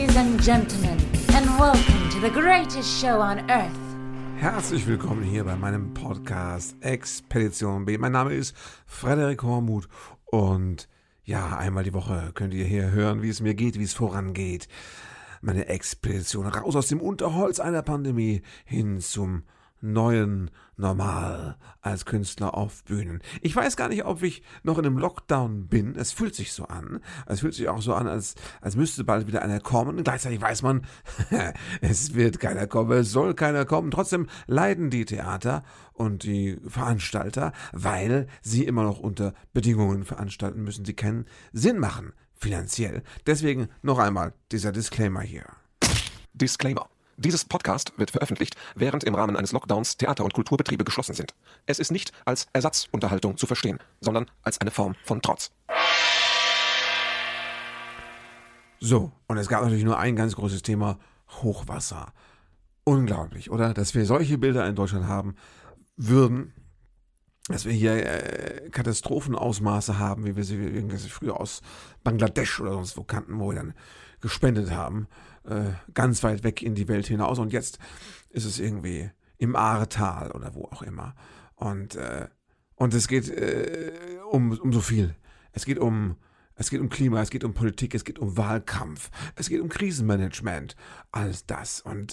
Ladies and gentlemen, and welcome to the greatest show on earth. Herzlich willkommen hier bei meinem Podcast Expedition B. Mein Name ist Frederik Hormuth und ja, einmal die Woche könnt ihr hier hören, wie es mir geht, wie es vorangeht. Meine Expedition raus aus dem Unterholz einer Pandemie hin zum neuen Normal als Künstler auf Bühnen. Ich weiß gar nicht, ob ich noch in einem Lockdown bin. Es fühlt sich so an. Es fühlt sich auch so an, als müsste bald wieder einer kommen. Und gleichzeitig weiß man, es wird keiner kommen, es soll keiner kommen. Trotzdem leiden die Theater und die Veranstalter, weil sie immer noch unter Bedingungen veranstalten müssen, die keinen Sinn machen, finanziell. Deswegen noch einmal dieser Disclaimer hier. Disclaimer. Dieses Podcast wird veröffentlicht, während im Rahmen eines Lockdowns Theater- und Kulturbetriebe geschlossen sind. Es ist nicht als Ersatzunterhaltung zu verstehen, sondern als eine Form von Trotz. So, und es gab natürlich nur ein ganz großes Thema, Hochwasser. Unglaublich, oder? Dass wir solche Bilder in Deutschland haben würden, dass wir hier Katastrophenausmaße haben, wie wir sie früher aus Bangladesch oder sonst wo kannten, wo wir dann gespendet haben, ganz weit weg in die Welt hinaus. Und jetzt ist es irgendwie im Ahrtal oder wo auch immer. Und es geht um so viel. Es geht um Klima, es geht um Politik, es geht um Wahlkampf, es geht um Krisenmanagement, alles das. Und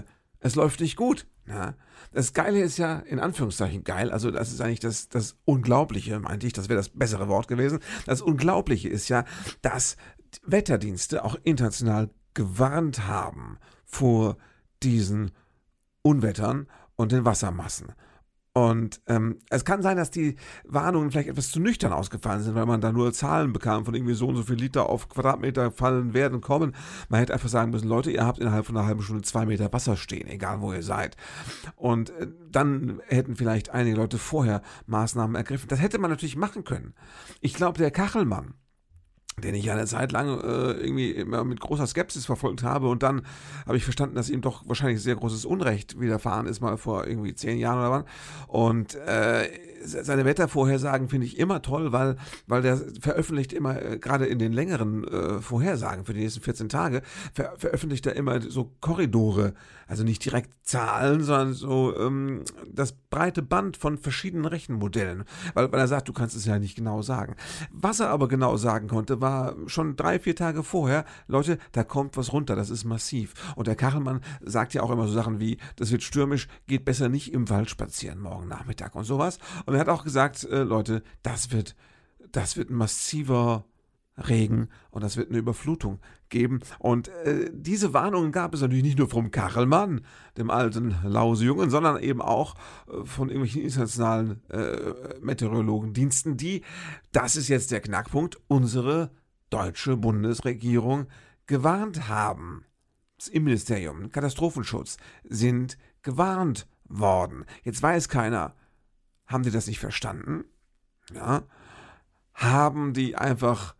es läuft nicht gut. Ja. Das Geile ist ja, in Anführungszeichen geil, also das ist eigentlich das Unglaubliche, meinte ich, das wäre das bessere Wort gewesen. Das Unglaubliche ist ja, dass Wetterdienste auch international gewarnt haben vor diesen Unwettern und den Wassermassen. Und es kann sein, dass die Warnungen vielleicht etwas zu nüchtern ausgefallen sind, weil man da nur Zahlen bekam von irgendwie so und so viel Liter auf Quadratmeter fallen werden kommen. Man hätte einfach sagen müssen, Leute, ihr habt innerhalb von einer halben Stunde 2 Meter Wasser stehen, egal wo ihr seid. Und dann hätten vielleicht einige Leute vorher Maßnahmen ergriffen. Das hätte man natürlich machen können. Ich glaube, der Kachelmann, den ich ja eine Zeit lang irgendwie immer mit großer Skepsis verfolgt habe, und dann habe ich verstanden, dass ihm doch wahrscheinlich sehr großes Unrecht widerfahren ist, mal vor irgendwie 10 Jahren oder wann. Und seine Wettervorhersagen finde ich immer toll, weil der veröffentlicht immer, gerade in den längeren Vorhersagen für die nächsten 14 Tage, veröffentlicht er immer so Korridore, also nicht direkt Zahlen, sondern so das breite Band von verschiedenen Rechenmodellen, weil er sagt, du kannst es ja nicht genau sagen. Was er aber genau sagen konnte, war schon 3-4 Tage vorher, Leute, da kommt was runter, das ist massiv. Und der Kachelmann sagt ja auch immer so Sachen wie, das wird stürmisch, geht besser nicht im Wald spazieren morgen Nachmittag und sowas. Und er hat auch gesagt, Leute, das wird ein massiver Regen und das wird eine Überflutung geben. Und diese Warnungen gab es natürlich nicht nur vom Kachelmann, dem alten Lausejungen, sondern eben auch von irgendwelchen internationalen Meteorologendiensten, die, das ist jetzt der Knackpunkt, unsere deutsche Bundesregierung gewarnt haben. Das Innenministerium, Katastrophenschutz sind gewarnt worden. Jetzt weiß keiner, haben die das nicht verstanden? Ja. Haben die einfach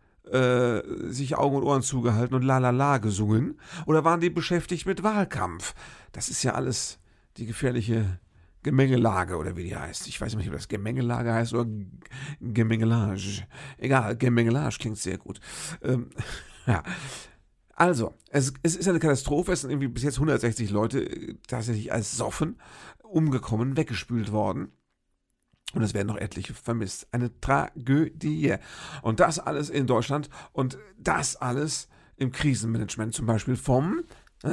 sich Augen und Ohren zugehalten und la la la gesungen? Oder waren die beschäftigt mit Wahlkampf? Das ist ja alles die gefährliche Gemengelage, oder wie die heißt. Ich weiß nicht, ob das Gemengelage heißt oder Gemengelage. Egal, Gemengelage klingt sehr gut. Ja. Also, es ist eine Katastrophe. Es sind irgendwie bis jetzt 160 Leute tatsächlich als Soffen umgekommen, weggespült worden. Und es werden noch etliche vermisst. Eine Tragödie. Und das alles in Deutschland und das alles im Krisenmanagement, zum Beispiel vom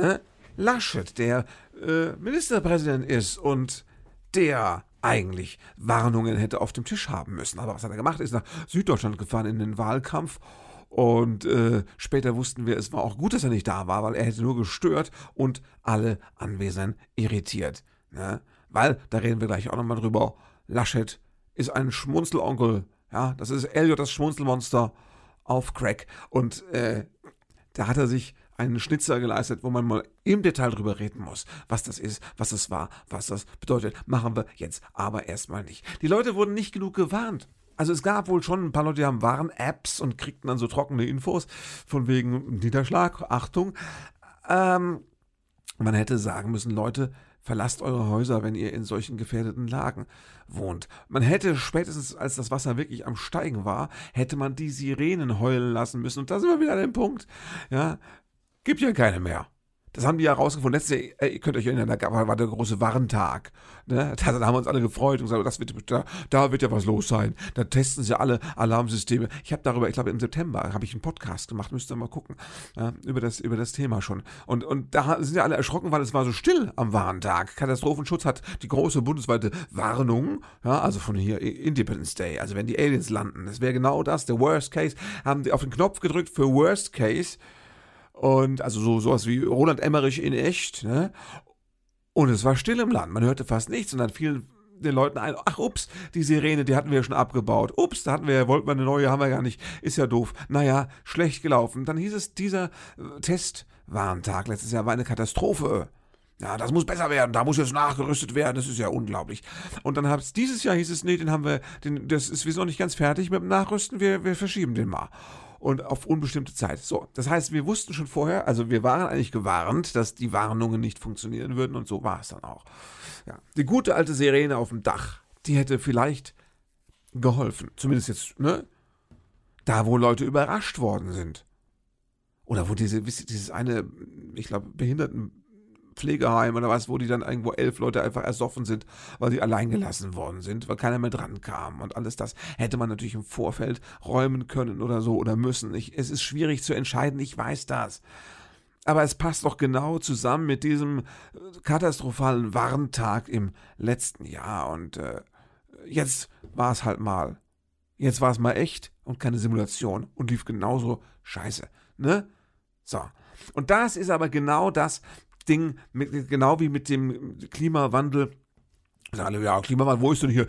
Laschet, der Ministerpräsident ist und der eigentlich Warnungen hätte auf dem Tisch haben müssen. Aber was hat er gemacht? Er ist nach Süddeutschland gefahren in den Wahlkampf. Und später wussten wir, es war auch gut, dass er nicht da war, weil er hätte nur gestört und alle Anwesenden irritiert. Ne? Weil, da reden wir gleich auch nochmal drüber, Laschet ist ein Schmunzelonkel. Ja, das ist Elliot, das Schmunzelmonster auf Crack. Und da hat er sich einen Schnitzer geleistet, wo man mal im Detail drüber reden muss, was das ist, was das war, was das bedeutet. Machen wir jetzt aber erstmal nicht. Die Leute wurden nicht genug gewarnt. Also es gab wohl schon ein paar Leute, die haben Warn-Apps und kriegten dann so trockene Infos von wegen Niederschlag, Achtung. Man hätte sagen müssen, Leute, verlasst eure Häuser, wenn ihr in solchen gefährdeten Lagen wohnt. Man hätte spätestens, als das Wasser wirklich am Steigen war, hätte man die Sirenen heulen lassen müssen. Und da sind wir wieder an dem Punkt. Ja, Gibt ja keine mehr. Das haben die ja rausgefunden. Letztes Jahr, ihr könnt euch erinnern, da war der große Warntag. Ne? Da haben wir uns alle gefreut und gesagt, da wird ja was los sein. Da testen sie alle Alarmsysteme. Ich habe darüber, ich glaube im September, habe ich einen Podcast gemacht, müsst ihr mal gucken, ja, über das Thema schon. Und da sind ja alle erschrocken, weil es war so still am Warntag. Katastrophenschutz hat die große bundesweite Warnung, ja, also von hier Independence Day, also wenn die Aliens landen. Das wäre genau das, der Worst Case. Haben die auf den Knopf gedrückt für Worst Case. Und also sowas wie Roland Emmerich in echt, ne? Und es war still im Land, man hörte fast nichts und dann fiel den Leuten ein, ach ups, die Sirene, die hatten wir ja schon abgebaut. Ups, wollten wir eine neue, haben wir gar nicht, ist ja doof. Naja, schlecht gelaufen. Dann hieß es, dieser Testwarntag letztes Jahr war eine Katastrophe. Ja, das muss besser werden, da muss jetzt nachgerüstet werden, das ist ja unglaublich. Und dann dieses Jahr hieß es, nee, wir sind noch nicht ganz fertig mit dem Nachrüsten, wir verschieben den mal. Und auf unbestimmte Zeit. So, das heißt, wir wussten schon vorher, also wir waren eigentlich gewarnt, dass die Warnungen nicht funktionieren würden und so war es dann auch. Ja, die gute alte Sirene auf dem Dach, die hätte vielleicht geholfen. Zumindest jetzt, ne? Da, wo Leute überrascht worden sind. Oder wo dieses eine, ich glaube, Behindertenpflegeheim oder was, wo die dann irgendwo 11 Leute einfach ersoffen sind, weil sie allein gelassen worden sind, weil keiner mehr dran kam und alles das hätte man natürlich im Vorfeld räumen können oder so oder müssen. Es ist schwierig zu entscheiden, ich weiß das. Aber es passt doch genau zusammen mit diesem katastrophalen Warntag im letzten Jahr und jetzt war es halt mal. Jetzt war es mal echt und keine Simulation und lief genauso scheiße, ne? So. Und das ist aber genau das Ding, genau wie mit dem Klimawandel. Alle, ja, Klimawandel, wo ist denn hier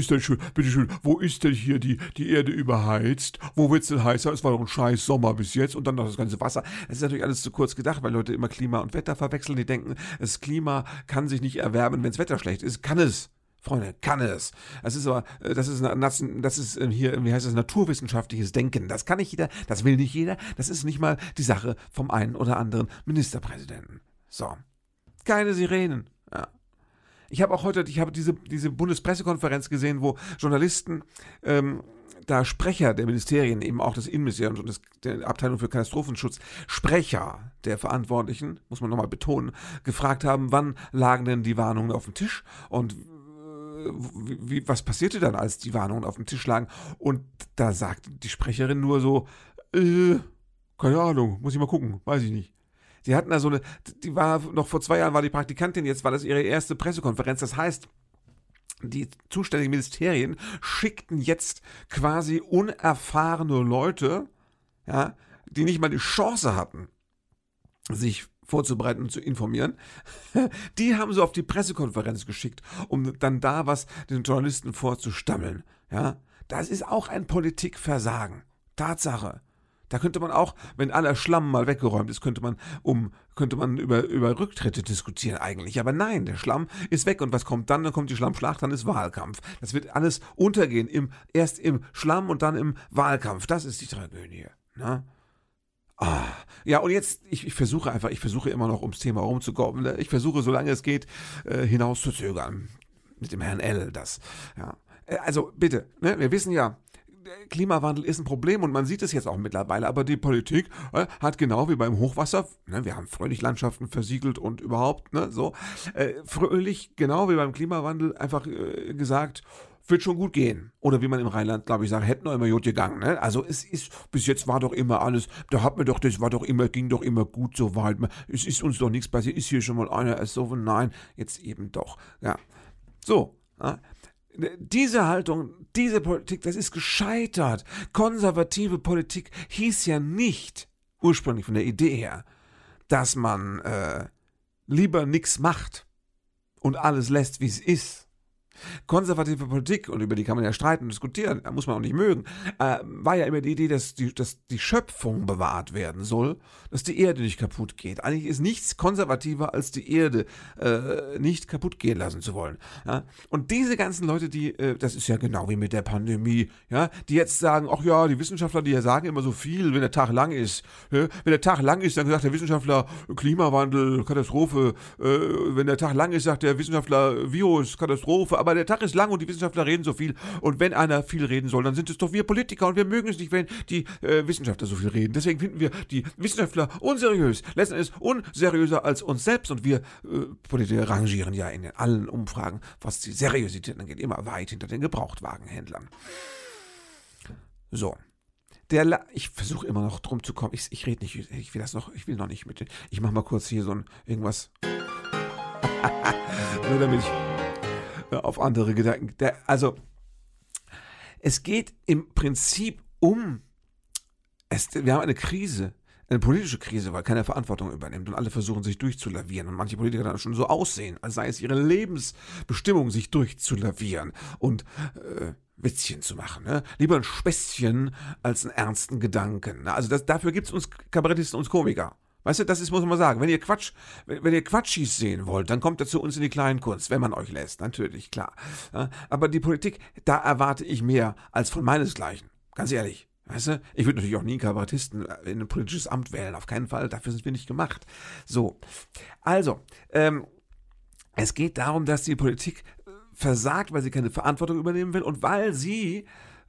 die Erde überheizt? Wo wird's denn heißer? Es war doch ein scheiß Sommer bis jetzt und dann noch das ganze Wasser. Das ist natürlich alles zu kurz gedacht, weil Leute immer Klima und Wetter verwechseln. Die denken, das Klima kann sich nicht erwärmen, wenn das Wetter schlecht ist. Kann es. Freunde, kann es. Das ist hier, wie heißt das, naturwissenschaftliches Denken. Das kann nicht jeder, das will nicht jeder. Das ist nicht mal die Sache vom einen oder anderen Ministerpräsidenten. So. Keine Sirenen. Ja. Ich habe diese Bundespressekonferenz gesehen, wo Journalisten da Sprecher der Ministerien, eben auch des Innenministeriums und der Abteilung für Katastrophenschutz, Sprecher der Verantwortlichen, muss man nochmal betonen, gefragt haben, wann lagen denn die Warnungen auf dem Tisch und was passierte dann, als die Warnungen auf dem Tisch lagen? Und da sagte die Sprecherin nur so, keine Ahnung, muss ich mal gucken, weiß ich nicht. Sie hatten da die war noch vor 2 Jahren war die Praktikantin, jetzt war das ihre erste Pressekonferenz. Das heißt, die zuständigen Ministerien schickten jetzt quasi unerfahrene Leute, ja, die nicht mal die Chance hatten, sich vorzubereiten und zu informieren, die haben sie auf die Pressekonferenz geschickt, um dann da was den Journalisten vorzustammeln. Ja, das ist auch ein Politikversagen. Tatsache. Da könnte man auch, wenn aller Schlamm mal weggeräumt ist, könnte man über Rücktritte diskutieren eigentlich. Aber nein, der Schlamm ist weg und was kommt dann? Dann kommt die Schlammschlacht, dann ist Wahlkampf. Das wird alles untergehen, erst im Schlamm und dann im Wahlkampf. Das ist die Tragödie. Ne? Ja, und jetzt, ich versuche immer noch ums Thema rumzukommen. Ne? Ich versuche, solange es geht, hinaus zu zögern. Mit dem Herrn L. das. Ja. Also bitte, ne? Wir wissen ja, Klimawandel ist ein Problem und man sieht es jetzt auch mittlerweile, aber die Politik hat genau wie beim Hochwasser, ne, wir haben fröhlich Landschaften versiegelt und überhaupt, ne, so, fröhlich, genau wie beim Klimawandel einfach gesagt, wird schon gut gehen. Oder wie man im Rheinland, glaube ich, sagt, hätten noch immer gut gegangen, ne? Also es ist, bis jetzt war doch immer alles, ging doch immer gut so weit, es ist uns doch nichts passiert, ist hier schon mal einer so, nein, jetzt eben doch, ja. So, ja. Diese Haltung, diese Politik, das ist gescheitert. Konservative Politik hieß ja nicht, ursprünglich von der Idee her, dass man lieber nichts macht und alles lässt, wie es ist. Konservative Politik, und über die kann man ja streiten und diskutieren, da muss man auch nicht mögen, war ja immer die Idee, dass die Schöpfung bewahrt werden soll, dass die Erde nicht kaputt geht. Eigentlich ist nichts konservativer, als die Erde nicht kaputt gehen lassen zu wollen. Ja? Und diese ganzen Leute, das ist ja genau wie mit der Pandemie, ja, die jetzt sagen, ach ja, die Wissenschaftler, die ja sagen immer so viel, wenn der Tag lang ist. Ja? Wenn der Tag lang ist, dann sagt der Wissenschaftler Klimawandel, Katastrophe. Wenn der Tag lang ist, sagt der Wissenschaftler Virus, Katastrophe. aber der Tag ist lang und die Wissenschaftler reden so viel. Und wenn einer viel reden soll, dann sind es doch wir Politiker und wir mögen es nicht, wenn die Wissenschaftler so viel reden. Deswegen finden wir die Wissenschaftler unseriös. Letzten Endes unseriöser als uns selbst und wir Politiker rangieren ja in allen Umfragen, was die Seriosität angeht, immer weit hinter den Gebrauchtwagenhändlern. So. Ich versuche immer noch drum zu kommen. Ich rede nicht, ich will noch nicht mit. Ich mache mal kurz hier so ein irgendwas. Nur damit ich auf andere Gedanken. Also, es geht im Prinzip wir haben eine Krise, eine politische Krise, weil keiner Verantwortung übernimmt und alle versuchen sich durchzulavieren und manche Politiker dann schon so aussehen, als sei es ihre Lebensbestimmung, sich durchzulavieren und Witzchen zu machen. Ne? Lieber ein Späßchen als einen ernsten Gedanken. Also dafür gibt es uns Kabarettisten, uns Komiker. Weißt du, muss man mal sagen. Wenn ihr Quatschis sehen wollt, dann kommt ihr zu uns in die Kleinkunst, wenn man euch lässt. Natürlich, klar. Ja, aber die Politik, da erwarte ich mehr als von meinesgleichen. Ganz ehrlich. Weißt du, ich würde natürlich auch nie einen Kabarettisten in ein politisches Amt wählen. Auf keinen Fall. Dafür sind wir nicht gemacht. So. Also, es geht darum, dass die Politik versagt, weil sie keine Verantwortung übernehmen will und weil sie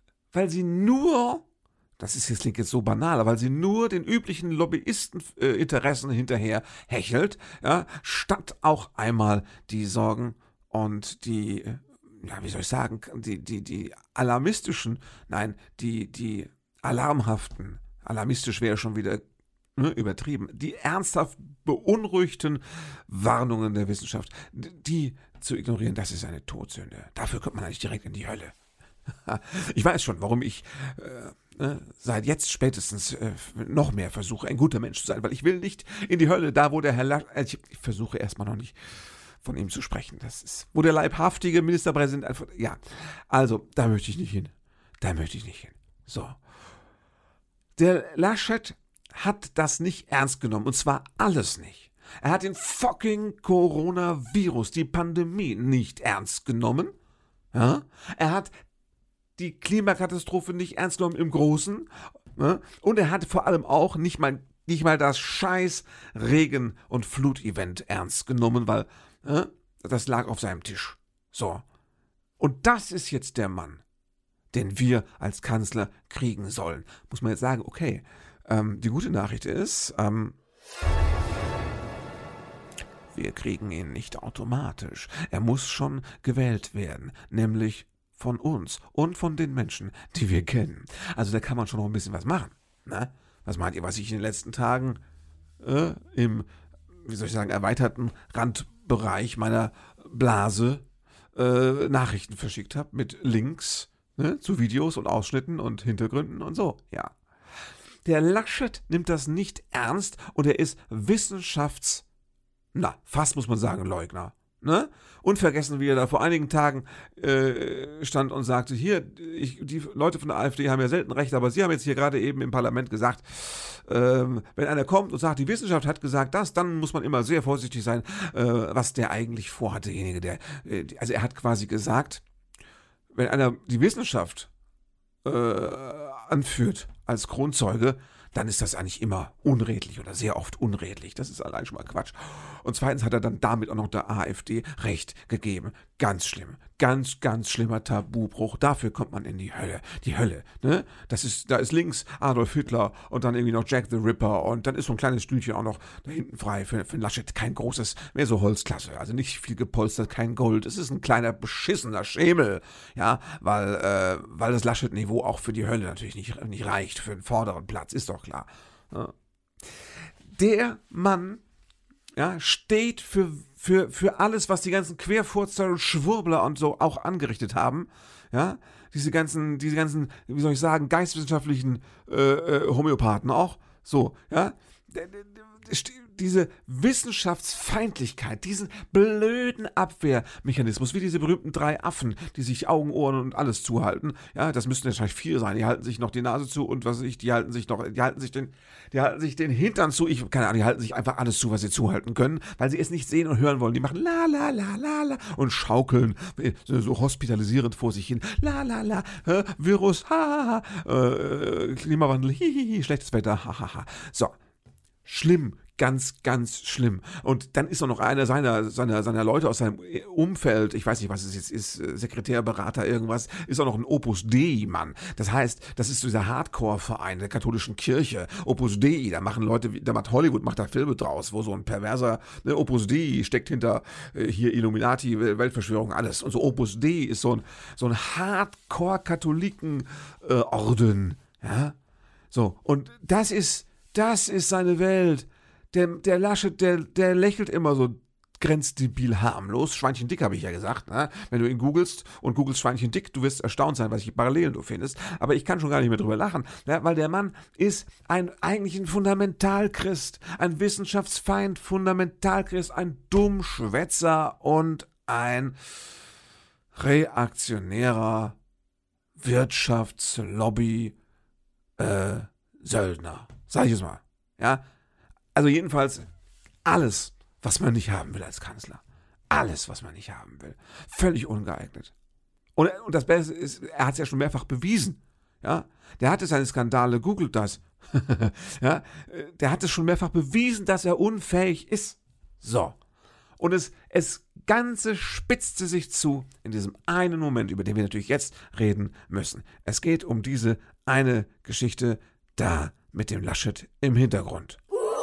nur, das klingt jetzt so banal, aber weil sie nur den üblichen Lobbyisteninteressen hinterher hechelt, ja, statt auch einmal die Sorgen und die, wie soll ich sagen, die alarmistischen, nein, die alarmhaften, alarmistisch wäre schon wieder übertrieben, die ernsthaft beunruhigten Warnungen der Wissenschaft, die zu ignorieren, das ist eine Todsünde. Dafür kommt man eigentlich direkt in die Hölle. Ich weiß schon, warum ich seit jetzt spätestens noch mehr versuche, ein guter Mensch zu sein, weil ich will nicht in die Hölle, da wo der Herr ich versuche erstmal noch nicht von ihm zu sprechen. Das ist, wo der leibhaftige Ministerpräsident einfach, ja, also, da möchte ich nicht hin. So. Der Laschet hat das nicht ernst genommen, und zwar alles nicht. Er hat den fucking Coronavirus, die Pandemie, nicht ernst genommen. Ja? Er hat die Klimakatastrophe nicht ernst genommen im Großen. Ja? Und er hat vor allem auch nicht mal das scheiß Regen- und Flutevent ernst genommen, weil das lag auf seinem Tisch. So. Und das ist jetzt der Mann, den wir als Kanzler kriegen sollen. Muss man jetzt sagen, okay, die gute Nachricht ist, wir kriegen ihn nicht automatisch. Er muss schon gewählt werden, nämlich von uns und von den Menschen, die wir kennen. Also da kann man schon noch ein bisschen was machen. Ne? Was meint ihr, was ich in den letzten Tagen im, erweiterten Randbereich meiner Blase Nachrichten verschickt habe mit Links zu Videos und Ausschnitten und Hintergründen und so, ja. Der Laschet nimmt das nicht ernst und er ist fast muss man sagen, Leugner. Ne? Unvergessen, wie er da vor einigen Tagen stand und sagte, hier, die Leute von der AfD haben ja selten recht, aber sie haben jetzt hier gerade eben im Parlament gesagt, wenn einer kommt und sagt, die Wissenschaft hat gesagt das, dann muss man immer sehr vorsichtig sein, was der eigentlich vorhat, derjenige, also er hat quasi gesagt, wenn einer die Wissenschaft anführt als Kronzeuge, dann ist das eigentlich immer unredlich oder sehr oft unredlich. Das ist allein schon mal Quatsch. Und zweitens hat er dann damit auch noch der AfD Recht gegeben. Ganz schlimm. Ganz, ganz schlimmer Tabubruch. Dafür kommt man in die Hölle. Die Hölle, ne? Da ist links Adolf Hitler und dann irgendwie noch Jack the Ripper und dann ist so ein kleines Stühlchen auch noch da hinten frei für Laschet. Kein großes, mehr so Holzklasse. Also nicht viel gepolstert, kein Gold. Es ist ein kleiner beschissener Schemel. Ja, weil das Laschet-Niveau auch für die Hölle natürlich nicht reicht. Für den vorderen Platz, ist doch klar. Ja. Der Mann steht für alles, was die ganzen Querfurzer und Schwurbler und so auch angerichtet haben. Ja, diese ganzen, wie soll ich sagen, geistwissenschaftlichen Homöopathen auch. So, ja. Diese Wissenschaftsfeindlichkeit, diesen blöden Abwehrmechanismus, wie diese berühmten 3 Affen, die sich Augen, Ohren und alles zuhalten. Ja, das müssten wahrscheinlich 4 sein. Die halten sich noch die Nase zu und die halten sich den Hintern zu. Keine Ahnung, die halten sich einfach alles zu, was sie zuhalten können, weil sie es nicht sehen und hören wollen. Die machen la la la la la und schaukeln so hospitalisierend vor sich hin. La la la, Virus, ha ha ha, Klimawandel, hihihi, schlechtes Wetter, ha ha ha. So. Schlimm, ganz, ganz schlimm. Und dann ist auch noch einer seiner Leute aus seinem Umfeld, ich weiß nicht, was es jetzt ist, Sekretär, Berater, irgendwas, ist auch noch ein Opus Dei-Mann. Das heißt, das ist dieser Hardcore-Verein der katholischen Kirche. Opus Dei, da machen Leute, Hollywood macht da Filme draus, wo so ein perverser, Opus Dei steckt hinter hier Illuminati, Weltverschwörung, alles. Und so Opus Dei ist so ein Hardcore-Katholiken-Orden, ja. So, und das ist seine Welt. Der Laschet, der lächelt immer so grenzdebil harmlos. Schweinchen dick, habe ich ja gesagt. Ne? Wenn du ihn googelst und googelst Schweinchen dick, du wirst erstaunt sein, welche Parallelen du findest. Aber ich kann schon gar nicht mehr drüber lachen, ne? Weil der Mann ist eigentlich ein Fundamentalchrist, ein Wissenschaftsfeind, Fundamentalchrist, ein Dummschwätzer und ein reaktionärer Wirtschaftslobby Söldner. Sag ich es mal. Ja? Also jedenfalls alles, was man nicht haben will als Kanzler. Alles, was man nicht haben will. Völlig ungeeignet. Und das Beste ist, er hat es ja schon mehrfach bewiesen. Ja? Der hatte seine Skandale, googelt das. Ja? Der hat es schon mehrfach bewiesen, dass er unfähig ist. So. Und es Ganze spitzte sich zu in diesem einen Moment, über den wir natürlich jetzt reden müssen. Es geht um diese eine Geschichte da mit dem Laschet im Hintergrund.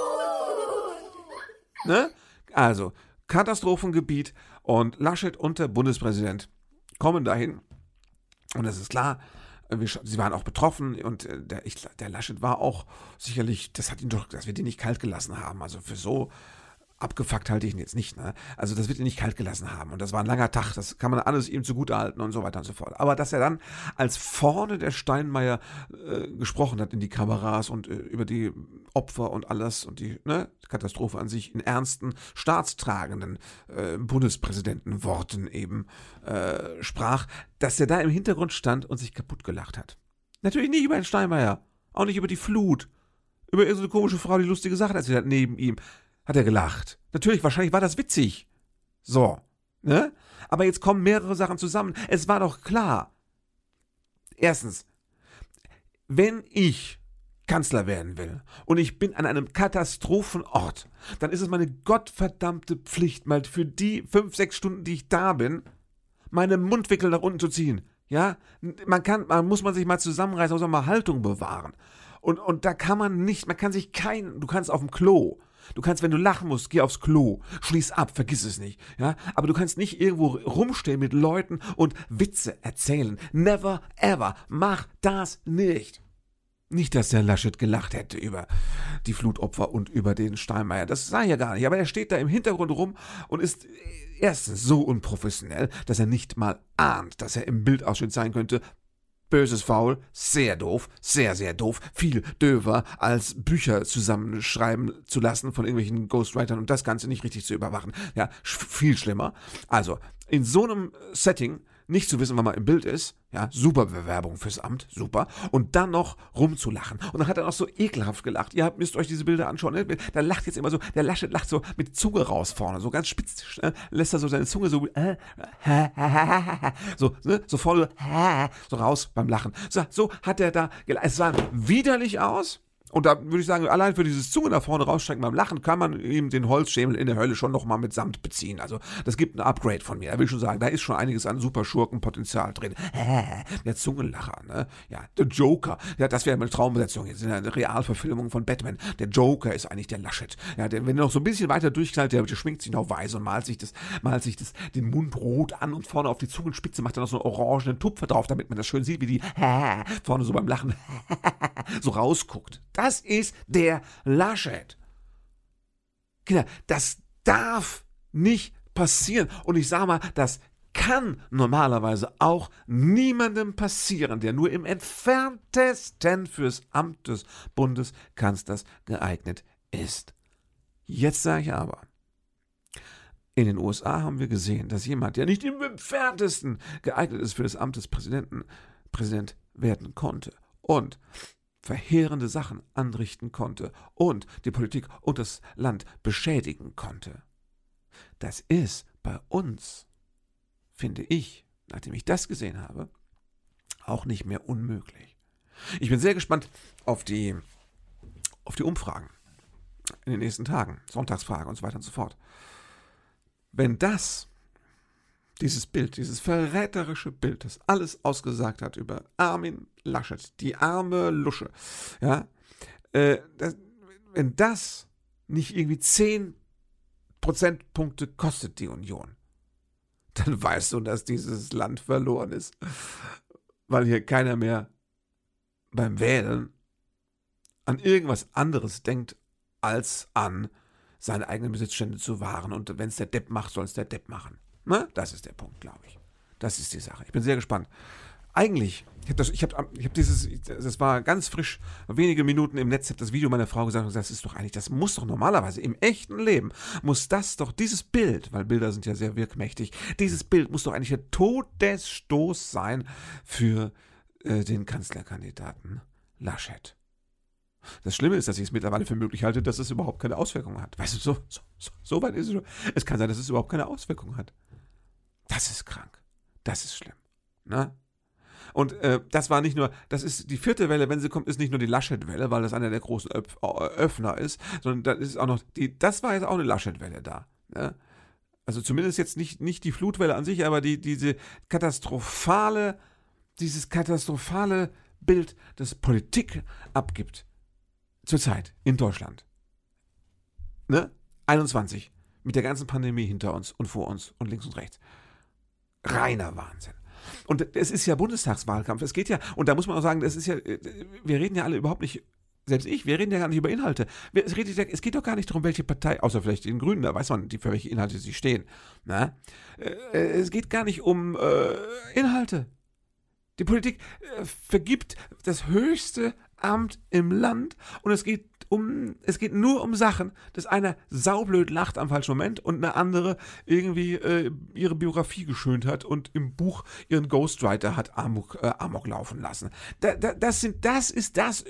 Ne? Also, Katastrophengebiet und Laschet und der Bundespräsident kommen dahin. Und es ist klar, sie waren auch betroffen und der Laschet war auch sicherlich, das wird ihn nicht kalt gelassen haben. Also für so abgefuckt halte ich ihn jetzt nicht, ne? Also das wird ihn nicht kalt gelassen haben. Und das war ein langer Tag, das kann man alles ihm zugutehalten und so weiter und so fort. Aber dass er dann, als vorne der Steinmeier gesprochen hat in die Kameras und über die Opfer und alles und die Katastrophe an sich in ernsten, staatstragenden Bundespräsidentenworten eben sprach, dass er da im Hintergrund stand und sich kaputt gelacht hat. Natürlich nicht über den Steinmeier, auch nicht über die Flut, über irgendeine komische Frau, die lustige Sachen erzählt hat neben ihm. Hat er gelacht. Natürlich, wahrscheinlich war das witzig. So, ne? Aber jetzt kommen mehrere Sachen zusammen. Es war doch klar. Erstens, wenn ich Kanzler werden will und ich bin an einem Katastrophenort, dann ist es meine gottverdammte Pflicht, mal für die 5-6 Stunden, die ich da bin, meine Mundwinkel nach unten zu ziehen. Ja? Muss man sich mal zusammenreißen, muss man mal Haltung bewahren. Und da kann man nicht, du kannst auf dem Klo. Du kannst, wenn du lachen musst, geh aufs Klo, schließ ab, vergiss es nicht, ja? Aber du kannst nicht irgendwo rumstehen mit Leuten und Witze erzählen. Never ever, mach das nicht. Nicht, dass der Laschet gelacht hätte über die Flutopfer und über den Steinmeier, das sah ja gar nicht, aber er steht da im Hintergrund rum und ist erstens so unprofessionell, dass er nicht mal ahnt, dass er im Bildausschnitt sein könnte. Böses Faul, sehr doof, sehr, sehr doof, viel döver, als Bücher zusammenschreiben zu lassen von irgendwelchen Ghostwritern und das Ganze nicht richtig zu überwachen. Ja, viel schlimmer. Also, in so einem Setting nicht zu wissen, wann man im Bild ist, ja, super Bewerbung fürs Amt, super, und dann noch rumzulachen. Und dann hat er noch so ekelhaft gelacht. Ihr müsst euch diese Bilder anschauen, ne? Da lacht jetzt immer so, der Laschet lacht so mit Zunge raus vorne, so ganz spitz, lässt er so seine Zunge so, so vorne, so raus beim Lachen. So hat er da gelacht. Es sah widerlich aus. Und da würde ich sagen, allein für dieses Zunge nach vorne rausstrecken beim Lachen kann man ihm den Holzschemel in der Hölle schon nochmal mit Samt beziehen. Also das gibt ein Upgrade von mir. Da will ich schon sagen, da ist schon einiges an super Schurkenpotenzial drin. Der Zungenlacher, ne? Ja, der Joker. Ja, das wäre eine Traumbesetzung jetzt in einer Realverfilmung von Batman. Der Joker ist eigentlich der Laschet. Ja, wenn er noch so ein bisschen weiter durchknallt, der schminkt sich noch weiß und malt sich den Mund rot an und vorne auf die Zungenspitze macht er noch so einen orangenen Tupfer drauf, damit man das schön sieht, wie die vorne so beim Lachen so rausguckt. Das ist der Laschet. Kinder, das darf nicht passieren. Und ich sage mal, das kann normalerweise auch niemandem passieren, der nur im entferntesten fürs Amt des Bundeskanzlers geeignet ist. Jetzt sage ich aber, in den USA haben wir gesehen, dass jemand, der nicht im entferntesten geeignet ist für das Amt des Präsident werden konnte und verheerende Sachen anrichten konnte und die Politik und das Land beschädigen konnte. Das ist bei uns, finde ich, nachdem ich das gesehen habe, auch nicht mehr unmöglich. Ich bin sehr gespannt auf die Umfragen. in den nächsten Tagen, Sonntagsfrage und so weiter und so fort. Wenn dieses Bild, dieses verräterische Bild, das alles ausgesagt hat über Armin Laschet, die arme Lusche, ja, wenn das nicht irgendwie 10 Prozentpunkte kostet die Union, dann weißt du, dass dieses Land verloren ist, weil hier keiner mehr beim Wählen an irgendwas anderes denkt, als an seine eigenen Besitzstände zu wahren. Und wenn es der Depp macht, soll es der Depp machen. Ne? Das ist der Punkt, glaube ich. Das ist die Sache. Ich bin sehr gespannt. Eigentlich, das war ganz frisch, wenige Minuten im Netz, habe das Video meiner Frau gesagt, das muss doch normalerweise im echten Leben, dieses Bild, weil Bilder sind ja sehr wirkmächtig, dieses Bild muss doch eigentlich der Todesstoß sein für den Kanzlerkandidaten Laschet. Das Schlimme ist, dass ich es mittlerweile für möglich halte, dass es überhaupt keine Auswirkungen hat. Weißt du, so weit ist es schon. Es kann sein, dass es überhaupt keine Auswirkungen hat. Das ist krank. Das ist schlimm. Ne? Und das ist die 4. Welle, wenn sie kommt, ist nicht nur die Laschet-Welle, weil das einer der großen Öffner ist, sondern das ist auch noch das war jetzt auch eine Laschet-Welle da. Ne? Also zumindest jetzt nicht die Flutwelle an sich, aber dieses katastrophale Bild, das Politik abgibt. Zurzeit in Deutschland. Ne? 21. Mit der ganzen Pandemie hinter uns und vor uns und links und rechts. Reiner Wahnsinn. Und es ist ja Bundestagswahlkampf. Es geht ja, und da muss man auch sagen, wir reden ja alle überhaupt nicht, selbst wir reden ja gar nicht über Inhalte. Es geht doch gar nicht darum, welche Partei, außer vielleicht den Grünen, da weiß man, für welche Inhalte sie stehen. Na? Es geht gar nicht um Inhalte. Die Politik vergibt das höchste Amt im Land und es geht nur um Sachen, dass einer saublöd lacht am falschen Moment und eine andere irgendwie ihre Biografie geschönt hat und im Buch ihren Ghostwriter hat Amok laufen lassen. Das ist das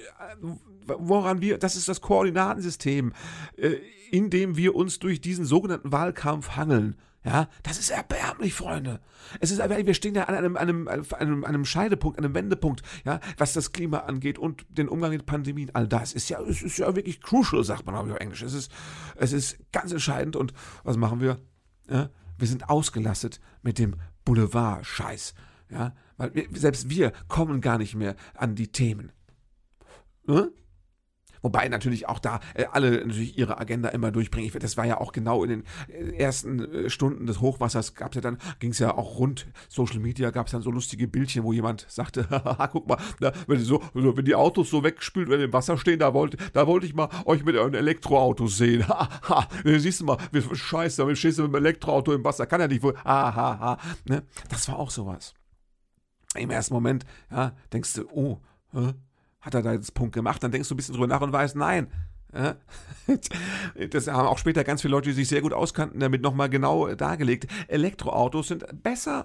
Koordinatensystem, in dem wir uns durch diesen sogenannten Wahlkampf hangeln. Ja, das ist erbärmlich, Freunde. Wir stehen ja an einem Scheidepunkt, einem Wendepunkt, ja, was das Klima angeht und den Umgang mit Pandemien, all das. Es ist ja wirklich crucial, sagt man, glaube ich, auf Englisch. Es ist ganz entscheidend und was machen wir? Ja, wir sind ausgelastet mit dem Boulevard-Scheiß, ja, weil selbst wir kommen gar nicht mehr an die Themen. Ne? Wobei natürlich auch da alle natürlich ihre Agenda immer durchbringen. Das war ja auch genau in den ersten Stunden des Hochwassers, ging es ja auch rund, Social Media, gab es dann so lustige Bildchen, wo jemand sagte, haha, guck mal, wenn die Autos so weggespült werden im Wasser stehen, da wollte ich mal euch mit euren Elektroautos sehen. Haha, siehst du mal, scheiße, damit stehst du mit dem Elektroauto im Wasser, kann ja nicht wohl, ne? Das war auch sowas. Im ersten Moment, ja, denkst du, hat er da jetzt Punkt gemacht, dann denkst du ein bisschen drüber nach und weißt, nein. Ja? Das haben auch später ganz viele Leute, die sich sehr gut auskannten, damit nochmal genau dargelegt. Elektroautos sind besser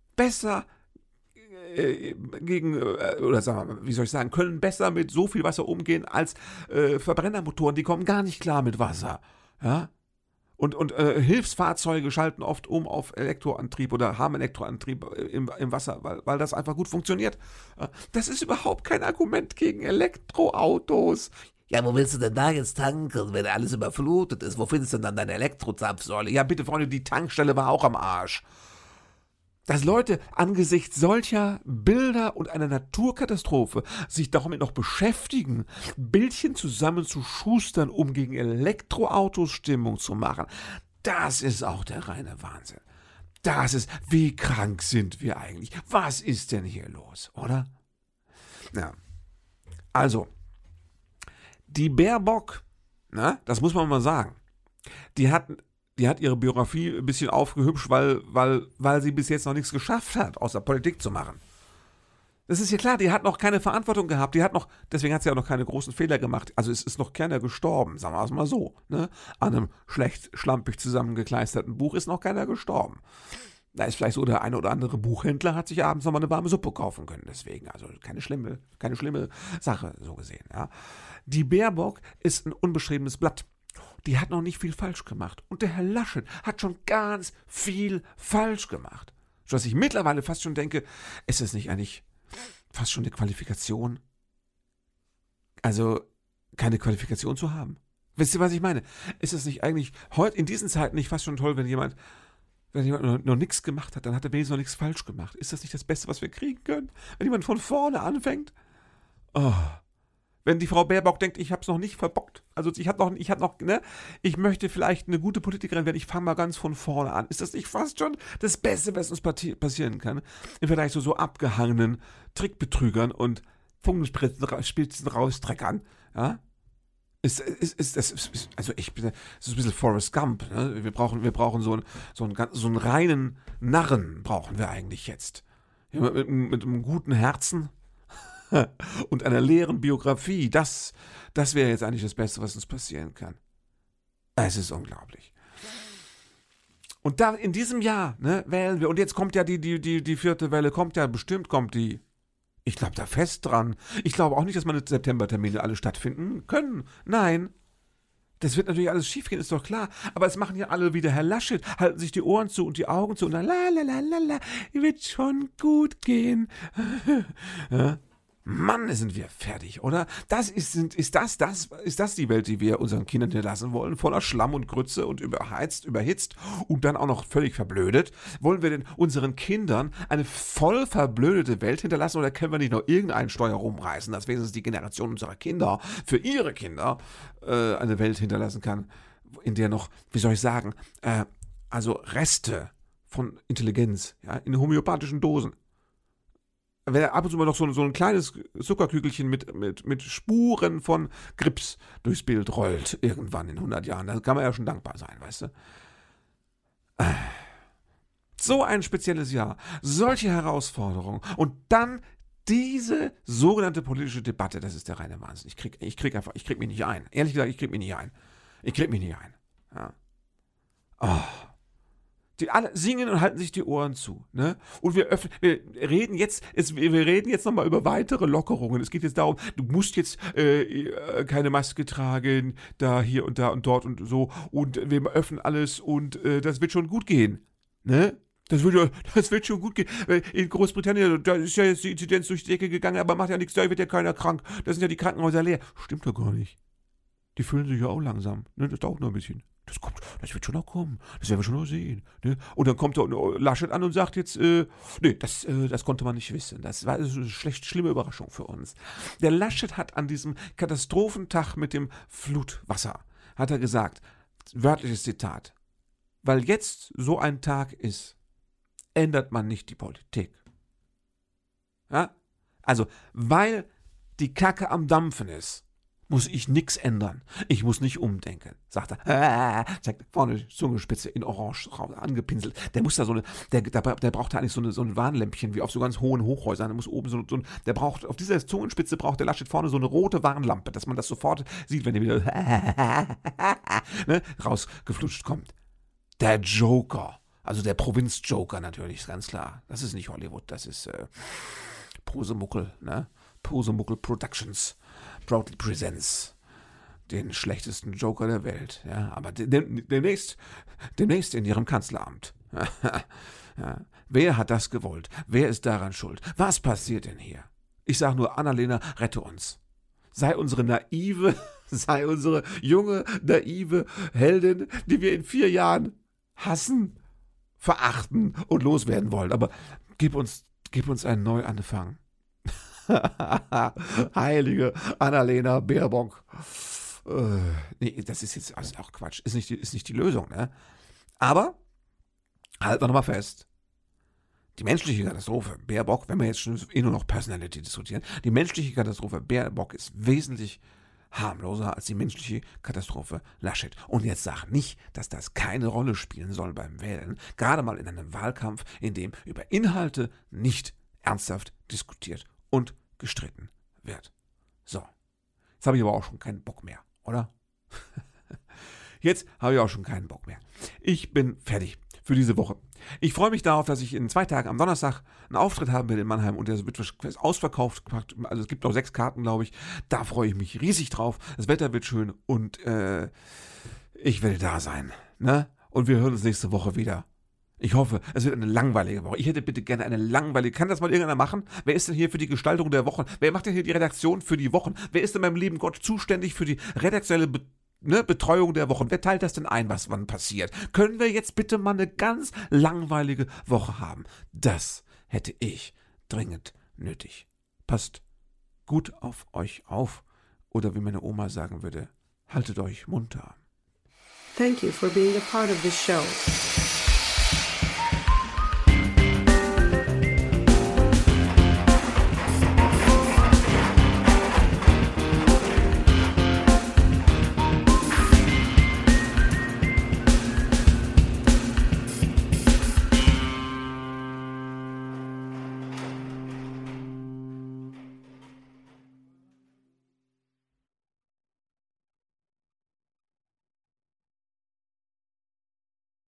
können besser mit so viel Wasser umgehen als Verbrennermotoren, die kommen gar nicht klar mit Wasser. Ja? Und Hilfsfahrzeuge schalten oft um auf Elektroantrieb oder haben Elektroantrieb im Wasser, weil das einfach gut funktioniert. Das ist überhaupt kein Argument gegen Elektroautos. Ja, wo willst du denn da jetzt tanken, wenn alles überflutet ist? Wo findest du denn dann deine Elektrozapfsäule? Ja, bitte, Freunde, die Tankstelle war auch am Arsch. Dass Leute angesichts solcher Bilder und einer Naturkatastrophe sich damit noch beschäftigen, Bildchen zusammenzuschustern, um gegen Elektroautos Stimmung zu machen, das ist auch der reine Wahnsinn. Wie krank sind wir eigentlich? Was ist denn hier los, oder? Ja, also, die Baerbock, das muss man mal sagen, die hat ihre Biografie ein bisschen aufgehübscht, weil sie bis jetzt noch nichts geschafft hat, außer Politik zu machen. Das ist ja klar, die hat noch keine Verantwortung gehabt, deswegen hat sie auch noch keine großen Fehler gemacht. Also es ist noch keiner gestorben, sagen wir es mal so. Ne? An einem schlecht, schlampig zusammengekleisterten Buch ist noch keiner gestorben. Da ist vielleicht so der eine oder andere Buchhändler, hat sich abends nochmal eine warme Suppe kaufen können, deswegen. Also keine schlimme Sache, so gesehen. Ja? Die Baerbock ist ein unbeschriebenes Blatt. Die hat noch nicht viel falsch gemacht. Und der Herr Laschet hat schon ganz viel falsch gemacht. Sodass ich mittlerweile fast schon denke, ist es nicht eigentlich fast schon eine Qualifikation? Also keine Qualifikation zu haben. Wisst ihr, was ich meine? Ist es nicht eigentlich heute in diesen Zeiten nicht fast schon toll, wenn jemand noch nichts gemacht hat, dann hat er wenigstens noch nichts falsch gemacht. Ist das nicht das Beste, was wir kriegen können? Wenn jemand von vorne anfängt? Oh. Wenn die Frau Baerbock denkt, ich habe es noch nicht verbockt. Also ich möchte vielleicht eine gute Politikerin werden, ich fange mal ganz von vorne an. Ist das nicht fast schon das Beste, was uns passieren kann? Im Vergleich zu so abgehangenen Trickbetrügern und Funkenspitzen Raustreckern, ja? Das ist ein bisschen Forrest Gump. Ne? Wir brauchen so einen reinen Narren brauchen wir eigentlich jetzt. Ja, mit einem guten Herzen und einer leeren Biografie. Das wäre jetzt eigentlich das Beste, was uns passieren kann. Es ist unglaublich. Und da in diesem Jahr wählen wir. Und jetzt kommt ja die vierte Welle, kommt die. Ich glaube da fest dran. Ich glaube auch nicht, dass meine Septembertermine alle stattfinden können. Nein. Das wird natürlich alles schiefgehen, ist doch klar. Aber es machen ja alle wieder Herr Laschet, halten sich die Ohren zu und die Augen zu und dann wird schon gut gehen. Ja? Mann, sind wir fertig, oder? Ist das die Welt, die wir unseren Kindern hinterlassen wollen? Voller Schlamm und Grütze und überhitzt und dann auch noch völlig verblödet? Wollen wir denn unseren Kindern eine voll verblödete Welt hinterlassen oder können wir nicht noch irgendeinen Steuer rumreißen, dass wenigstens die Generation unserer Kinder für ihre Kinder eine Welt hinterlassen kann, in der noch, wie soll ich sagen, also Reste von Intelligenz, ja, in homöopathischen Dosen. Wenn ab und zu mal noch so ein kleines Zuckerkügelchen mit Spuren von Grips durchs Bild rollt, irgendwann in 100 Jahren, dann kann man ja schon dankbar sein, weißt du? So ein spezielles Jahr, solche Herausforderungen und dann diese sogenannte politische Debatte, das ist der reine Wahnsinn. Ich krieg mich nicht ein. Ehrlich gesagt, ich krieg mich nicht ein. Ja. Oh. Die alle singen und halten sich die Ohren zu. Ne? Und wir reden jetzt nochmal über weitere Lockerungen. Es geht jetzt darum, du musst jetzt keine Maske tragen, da, hier und da und dort und so. Und wir öffnen alles und das wird schon gut gehen. Ne? Das wird schon gut gehen. In Großbritannien, da ist ja jetzt die Inzidenz durch die Decke gegangen, aber macht ja nichts, da wird ja keiner krank. Da sind ja die Krankenhäuser leer. Stimmt doch gar nicht. Die füllen sich ja auch langsam. Ne? Das dauert noch ein bisschen. Das wird schon noch kommen. Das werden wir schon noch sehen. Ne? Und dann kommt Laschet an und sagt jetzt, das konnte man nicht wissen. Das war eine schlimme Überraschung für uns. Der Laschet hat an diesem Katastrophentag mit dem Flutwasser, hat er gesagt, wörtliches Zitat, weil jetzt so ein Tag ist, ändert man nicht die Politik. Ja? Also, weil die Kacke am Dampfen ist, muss ich nichts ändern. Ich muss nicht umdenken, sagt er. Zeigt vorne Zungenspitze in Orange angepinselt. Der muss da der braucht da eigentlich so ein Warnlämpchen wie auf so ganz hohen Hochhäusern. Der muss oben der braucht, auf dieser Zungenspitze braucht der Laschet vorne so eine rote Warnlampe, dass man das sofort sieht, wenn der wieder rausgeflutscht kommt. Der Joker. Also der Provinz-Joker natürlich, ist ganz klar. Das ist nicht Hollywood, das ist Posemuckel, ne? Posemuckel Productions. Proudly Presents den schlechtesten Joker der Welt. Ja, aber demnächst in ihrem Kanzleramt. Ja, wer hat das gewollt? Wer ist daran schuld? Was passiert denn hier? Ich sage nur, Annalena, rette uns. Sei unsere junge, naive Heldin, die wir in 4 Jahren hassen, verachten und loswerden wollen. Aber gib uns einen Neuanfang. Heilige Annalena Baerbock. Nee, das ist jetzt also auch Quatsch. Ist nicht die Lösung, ne? Aber, halten wir nochmal fest. Die menschliche Katastrophe Baerbock, wenn wir jetzt schon nur noch Personality diskutieren, die menschliche Katastrophe Baerbock ist wesentlich harmloser als die menschliche Katastrophe Laschet. Und jetzt sag nicht, dass das keine Rolle spielen soll beim Wählen, gerade mal in einem Wahlkampf, in dem über Inhalte nicht ernsthaft diskutiert und gestritten wird. So, jetzt habe ich aber auch schon keinen Bock mehr, oder? Jetzt habe ich auch schon keinen Bock mehr. Ich bin fertig für diese Woche. Ich freue mich darauf, dass ich in 2 Tagen am Donnerstag einen Auftritt haben werde in Mannheim und der wird ausverkauft. Also es gibt noch 6 Karten, glaube ich. Da freue ich mich riesig drauf. Das Wetter wird schön und ich werde da sein. Ne? Und wir hören uns nächste Woche wieder. Ich hoffe, es wird eine langweilige Woche. Ich hätte bitte gerne eine langweilige... Kann das mal irgendeiner machen? Wer ist denn hier für die Gestaltung der Wochen? Wer macht denn hier die Redaktion für die Wochen? Wer ist denn beim lieben Gott zuständig für die redaktionelle Betreuung der Wochen. Wer teilt das denn ein, was wann passiert? Können wir jetzt bitte mal eine ganz langweilige Woche haben? Das hätte ich dringend nötig. Passt gut auf euch auf. Oder wie meine Oma sagen würde, haltet euch munter. Thank you for being a part of this show.